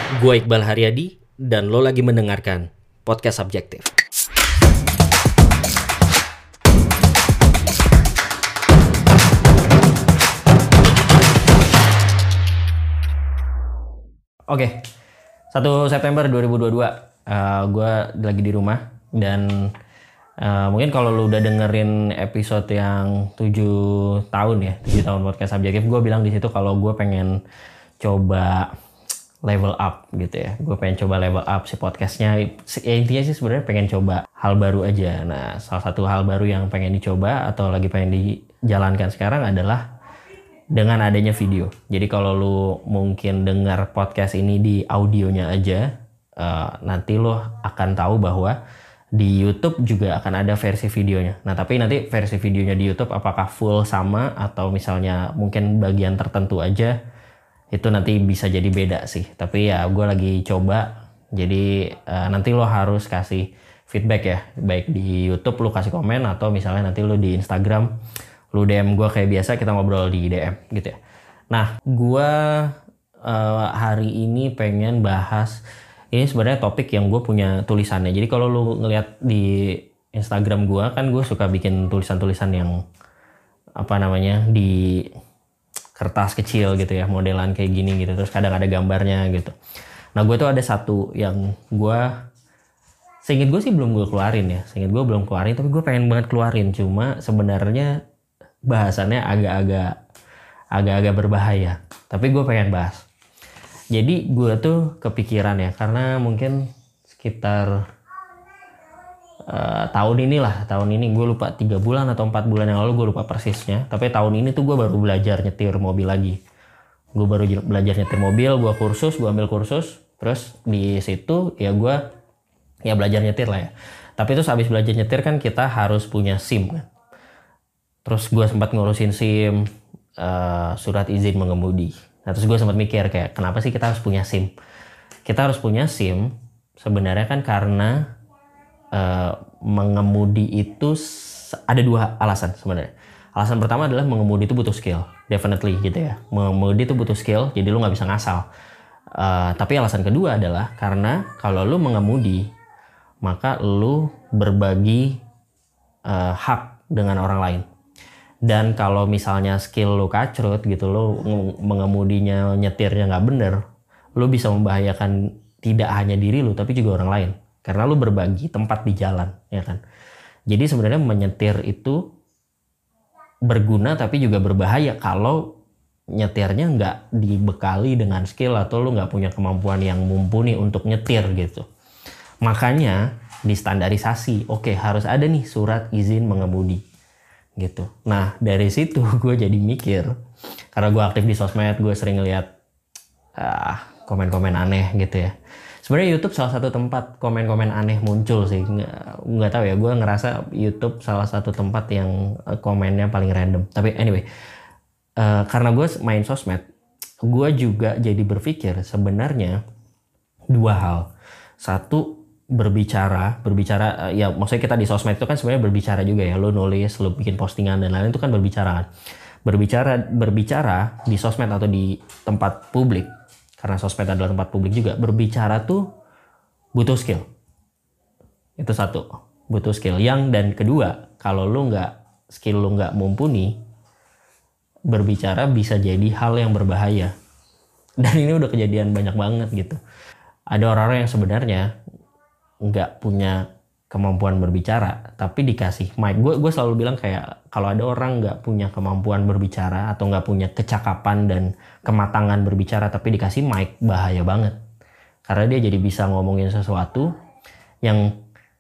Gue Iqbal Haryadi dan lo lagi mendengarkan Podcast Subjektif. Oke, 1 September 2022 gue lagi di rumah dan mungkin kalau lo udah dengerin episode yang 7 tahun ya, 7 tahun Podcast Subjektif, gue bilang di situ kalau gue pengen coba level up gitu ya. Gue pengen coba level up si podcastnya. Intinya sih sebenarnya pengen coba hal baru aja. Nah, salah satu hal baru yang pengen dicoba atau lagi pengen dijalankan sekarang adalah dengan adanya video. Jadi kalau lu mungkin dengar podcast ini di audionya aja, nanti lo akan tahu bahwa di YouTube juga akan ada versi videonya. Nah, tapi nanti versi videonya di YouTube apakah full sama atau misalnya mungkin bagian tertentu aja, itu nanti bisa jadi beda sih. Tapi ya gue lagi coba. Jadi nanti lo harus kasih feedback ya. Baik di YouTube lo kasih komen atau misalnya nanti lo di Instagram lu DM gue kayak biasa, kita ngobrol di DM gitu ya. Nah, gue hari ini pengen bahas, ini sebenarnya topik yang gue punya tulisannya. Jadi kalau lu ngeliat di Instagram gue, kan gue suka bikin tulisan-tulisan yang di kertas kecil gitu ya, modelan kayak gini gitu, terus kadang ada gambarnya gitu. Nah, gue tuh ada satu yang seinget gue sih belum gue keluarin ya, tapi gue pengen banget keluarin. Cuma sebenarnya bahasannya agak-agak berbahaya, tapi gue pengen bahas. Jadi gue tuh kepikiran ya, karena mungkin sekitar tahun ini gue lupa 3 bulan atau 4 bulan yang lalu, gue lupa persisnya, tapi tahun ini tuh gue baru belajar nyetir mobil lagi. Gue baru belajar nyetir mobil, gue ambil kursus, terus di situ ya gue belajar nyetir lah ya. Tapi terus habis belajar nyetir kan kita harus punya SIM kan. Terus gue sempat ngurusin SIM, surat izin mengemudi. Nah, terus gue sempat mikir kayak, kenapa sih kita harus punya SIM? Kita harus punya SIM sebenarnya kan karena mengemudi itu ada 2 alasan sebenarnya. Alasan pertama adalah mengemudi itu butuh skill, definitely gitu ya. Mengemudi itu butuh skill, jadi lu nggak bisa ngasal. Tapi alasan kedua adalah karena kalau lu mengemudi, maka lu berbagi hak dengan orang lain. Dan kalau misalnya skill lu kacrut gitu, lu mengemudinya, nyetirnya nggak bener, lu bisa membahayakan tidak hanya diri lu tapi juga orang lain. Karena lu berbagi tempat di jalan, ya kan. Jadi sebenarnya menyetir itu berguna tapi juga berbahaya kalau nyetirnya nggak dibekali dengan skill atau lu nggak punya kemampuan yang mumpuni untuk nyetir gitu. Makanya distandarisasi, oke, harus ada nih surat izin mengemudi gitu. Nah, dari situ gue jadi mikir, karena gue aktif di sosmed, gue sering lihat komen-komen aneh gitu ya. Sebenarnya YouTube salah satu tempat komen-komen aneh muncul sih. Nggak tahu ya, gue ngerasa YouTube salah satu tempat yang komennya paling random. Tapi anyway, karena gue main sosmed, gue juga jadi berpikir sebenarnya 2 hal. Satu, berbicara ya, maksudnya kita di sosmed itu kan sebenarnya berbicara juga ya. Lo nulis, lo bikin postingan dan lain-lain itu kan berbicara kan. Berbicara di sosmed atau di tempat publik, karena sosmed adalah tempat publik juga, berbicara tuh butuh skill. Itu satu, butuh skill. Dan kedua, kalau skill lo nggak mumpuni, berbicara bisa jadi hal yang berbahaya. Dan ini udah kejadian banyak banget gitu. Ada orang-orang yang sebenarnya nggak punya kemampuan berbicara tapi dikasih mic. Gue selalu bilang kayak, kalau ada orang nggak punya kemampuan berbicara atau nggak punya kecakapan dan kematangan berbicara tapi dikasih mic, bahaya banget. Karena dia jadi bisa ngomongin sesuatu yang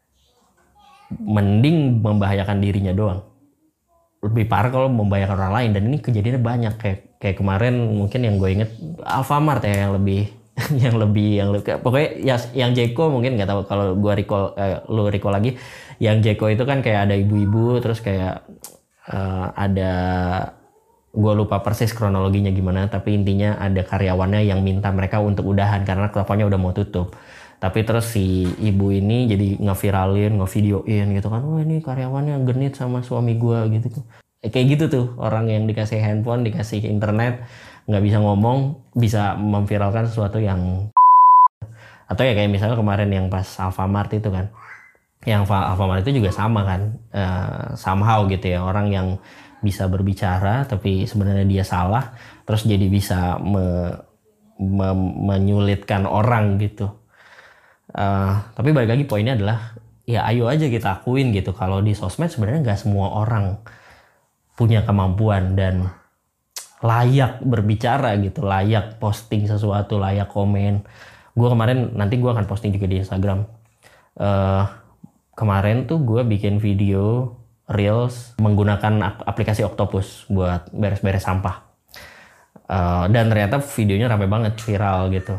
mending membahayakan dirinya doang. Lebih parah kalau membahayakan orang lain, dan ini kejadiannya banyak. Kayak kemarin mungkin yang gue inget Alfamart ya, yang lebih pokoknya yang Jeko mungkin nggak tahu, kalau gue lu recall lagi, yang Jeko itu kan kayak ada ibu-ibu, terus kayak ada, gue lupa persis kronologinya gimana, tapi intinya ada karyawannya yang minta mereka untuk udahan karena tokonya udah mau tutup. Tapi terus si ibu ini jadi ngevideoin gitu kan, wah ini karyawannya genit sama suami gue gitu. Kayak gitu tuh, orang yang dikasih handphone, dikasih internet, nggak bisa ngomong, bisa memviralkan sesuatu yang Atau ya kayak misalnya kemarin yang pas Alfamart itu kan, yang Alfamart itu juga sama kan, somehow gitu ya, orang yang bisa berbicara tapi sebenarnya dia salah, terus jadi bisa menyulitkan orang gitu. Tapi balik lagi poinnya adalah ya ayo aja kita akuin gitu kalau di sosmed sebenarnya nggak semua orang punya kemampuan dan layak berbicara gitu, layak posting sesuatu, layak komen. Gue kemarin, nanti gue akan posting juga di Instagram. Kemarin tuh gue bikin video Reels menggunakan aplikasi Octopus buat beres-beres sampah. Dan ternyata videonya rame banget, viral gitu.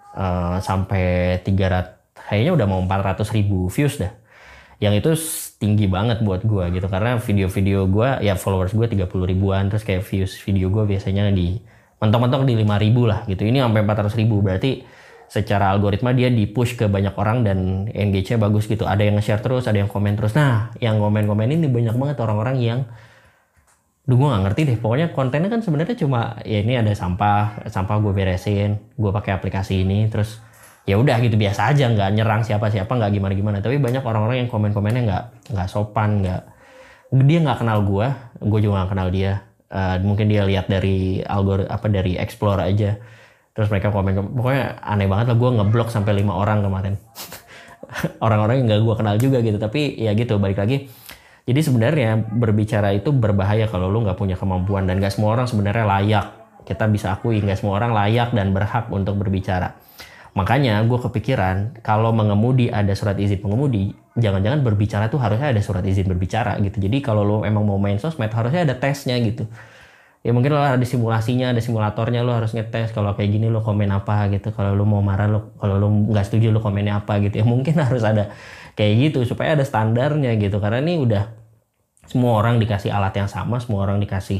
Sampai 300, kayaknya udah mau 400.000 views dah. Yang itu tinggi banget buat gue gitu, karena video-video gue ya followers gue 30 ribuan, terus kayak views video gue biasanya di mentok-mentok di 5.000 lah gitu, ini sampai 400.000, berarti secara algoritma dia di push ke banyak orang dan engage-nya bagus gitu, ada yang nge-share terus, ada yang komen terus. Nah yang komen-komen ini banyak banget orang-orang yang gue gak ngerti deh, pokoknya kontennya kan sebenarnya cuma ya ini ada sampah gue beresin, gue pakai aplikasi ini, terus ya udah gitu biasa aja, nggak nyerang siapa-siapa, nggak gimana-gimana. Tapi banyak orang-orang yang komen-komennya nggak sopan, dia nggak kenal gue juga nggak kenal dia. Mungkin dia lihat dari dari explore aja, terus mereka komen, pokoknya aneh banget lah. Gue ngeblok sampai 5 orang kemarin. Orang-orang yang nggak gue kenal juga gitu. Tapi ya gitu, balik lagi. Jadi sebenarnya berbicara itu berbahaya kalau lu nggak punya kemampuan, dan nggak semua orang sebenarnya layak. Kita bisa akui nggak semua orang layak dan berhak untuk berbicara. Makanya gue kepikiran kalau mengemudi ada surat izin pengemudi, jangan-jangan berbicara tuh harusnya ada surat izin berbicara gitu. Jadi kalau lo emang mau main sosmed harusnya ada tesnya gitu. Ya mungkin lo ada simulasinya, ada simulatornya, lo harus ngetes kalau kayak gini lo komen apa gitu. Kalau lo mau marah, kalau lo nggak setuju lo komennya apa gitu. Ya mungkin harus ada kayak gitu supaya ada standarnya gitu. Karena ini udah semua orang dikasih alat yang sama, semua orang dikasih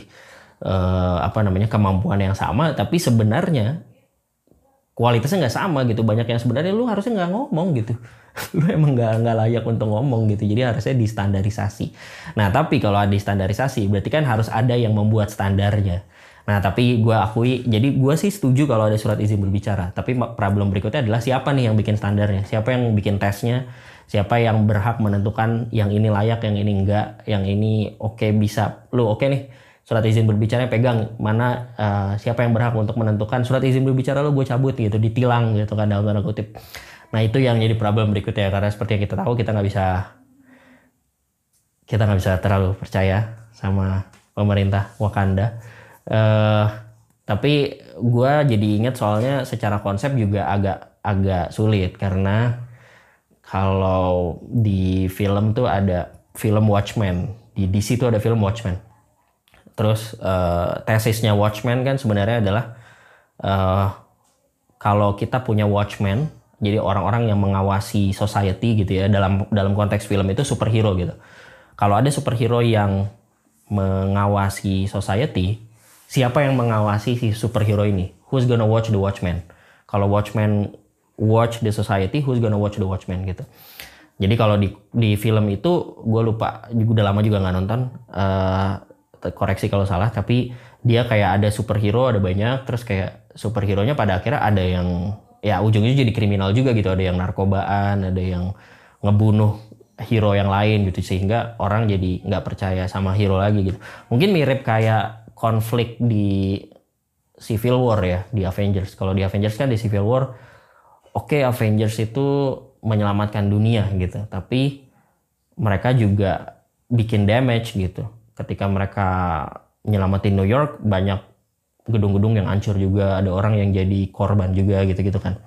kemampuan yang sama, tapi sebenarnya kualitasnya nggak sama gitu. Banyak yang sebenarnya lu harusnya nggak ngomong gitu. Lu emang nggak layak untuk ngomong gitu. Jadi harusnya distandarisasi. Nah tapi kalau ada distandarisasi berarti kan harus ada yang membuat standarnya. Nah tapi gue akui, jadi gue sih setuju kalau ada surat izin berbicara. Tapi problem berikutnya adalah siapa nih yang bikin standarnya, siapa yang bikin tesnya, siapa yang berhak menentukan yang ini layak, yang ini enggak, yang ini oke, bisa lu oke nih surat izin berbicaranya pegang, mana siapa yang berhak untuk menentukan surat izin berbicara lo gue cabut gitu, ditilang gitu kan dalam tanda kutip. Nah itu yang jadi problem berikutnya, karena seperti yang kita tahu kita nggak bisa terlalu percaya sama pemerintah Wakanda. Tapi gue jadi ingat soalnya secara konsep juga agak sulit, karena kalau di film tuh ada film Watchmen, di DC tuh ada film Watchmen. Terus tesisnya Watchmen kan sebenarnya adalah kalau kita punya Watchmen, jadi orang-orang yang mengawasi society gitu ya, dalam konteks film itu superhero gitu. Kalau ada superhero yang mengawasi society, siapa yang mengawasi si superhero ini? Who's gonna watch the Watchmen? Kalau Watchmen watch the society, who's gonna watch the Watchmen gitu. Jadi kalau di film itu gue lupa, udah lama juga nggak nonton. Koreksi kalau salah, tapi dia kayak ada superhero, ada banyak, terus kayak superhero-nya pada akhirnya ada yang ya ujungnya jadi kriminal juga gitu, ada yang narkobaan, ada yang ngebunuh hero yang lain gitu, sehingga orang jadi nggak percaya sama hero lagi gitu. Mungkin mirip kayak konflik di Civil War ya, di Avengers. Kalau di Avengers kan di Civil War, oke, Avengers itu menyelamatkan dunia gitu, tapi mereka juga bikin damage gitu. Ketika mereka nyelamatin New York, banyak gedung-gedung yang hancur juga, ada orang yang jadi korban juga gitu-gitu kan.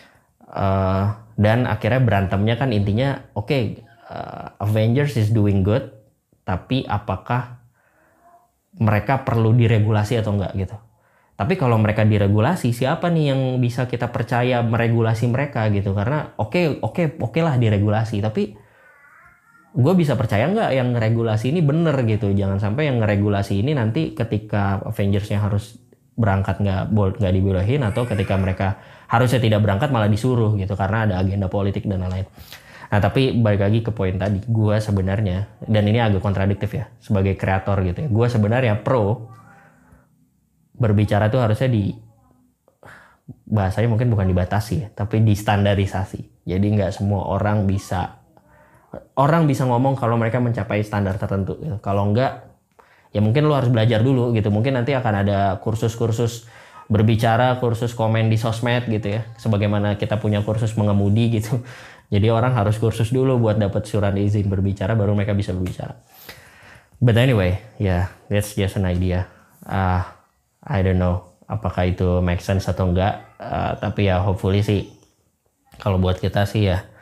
Dan akhirnya berantemnya kan intinya, Avengers is doing good, tapi apakah mereka perlu diregulasi atau enggak gitu. Tapi kalau mereka diregulasi, siapa nih yang bisa kita percaya meregulasi mereka gitu? Karena oke lah diregulasi, tapi gue bisa percaya nggak yang regulasi ini bener gitu. Jangan sampai yang ngeregulasi ini nanti ketika Avengers-nya harus berangkat nggak dibolehin, atau ketika mereka harusnya tidak berangkat malah disuruh gitu karena ada agenda politik dan lain-lain. Nah tapi balik lagi ke poin tadi, gue sebenarnya, dan ini agak kontradiktif ya sebagai kreator gitu ya, gue sebenarnya pro berbicara tuh harusnya bahasanya mungkin bukan dibatasi ya, tapi distandarisasi. Jadi nggak semua orang bisa ngomong kalau mereka mencapai standar tertentu gitu. Kalau enggak ya mungkin lu harus belajar dulu gitu. Mungkin nanti akan ada kursus-kursus berbicara, kursus komen di sosmed gitu ya. Sebagaimana kita punya kursus mengemudi gitu. Jadi orang harus kursus dulu buat dapat surat izin berbicara baru mereka bisa berbicara. But anyway, yeah, that's just an idea. I don't know apakah itu make sense atau enggak. Tapi ya hopefully sih kalau buat kita sih ya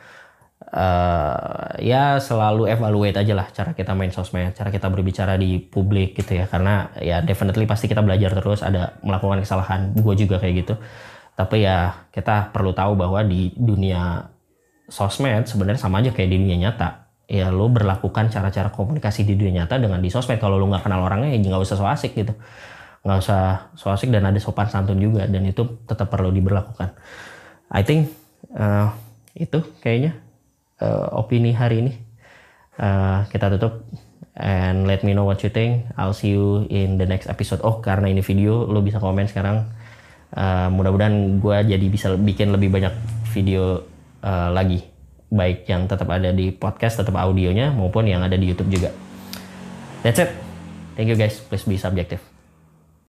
ya selalu evaluate aja lah cara kita main sosmed, cara kita berbicara di publik gitu ya. Karena ya definitely pasti kita belajar terus, ada melakukan kesalahan, gue juga kayak gitu. Tapi ya kita perlu tahu bahwa di dunia sosmed sebenarnya sama aja kayak di dunia nyata. Ya lo berlakukan cara-cara komunikasi di dunia nyata dengan di sosmed. Kalau lo nggak kenal orangnya ya nggak usah so asik gitu, nggak usah so asik dan ada sopan santun juga, dan itu tetap perlu diberlakukan. I think itu kayaknya opini hari ini. Kita tutup and let me know what you think. I'll see you in the next episode. Oh, karena ini video, lo bisa komen sekarang. Mudah-mudahan gue jadi bisa bikin lebih banyak video lagi, baik yang tetap ada di podcast, tetap audionya, maupun yang ada di YouTube juga. That's it. Thank you guys. Please be subjective.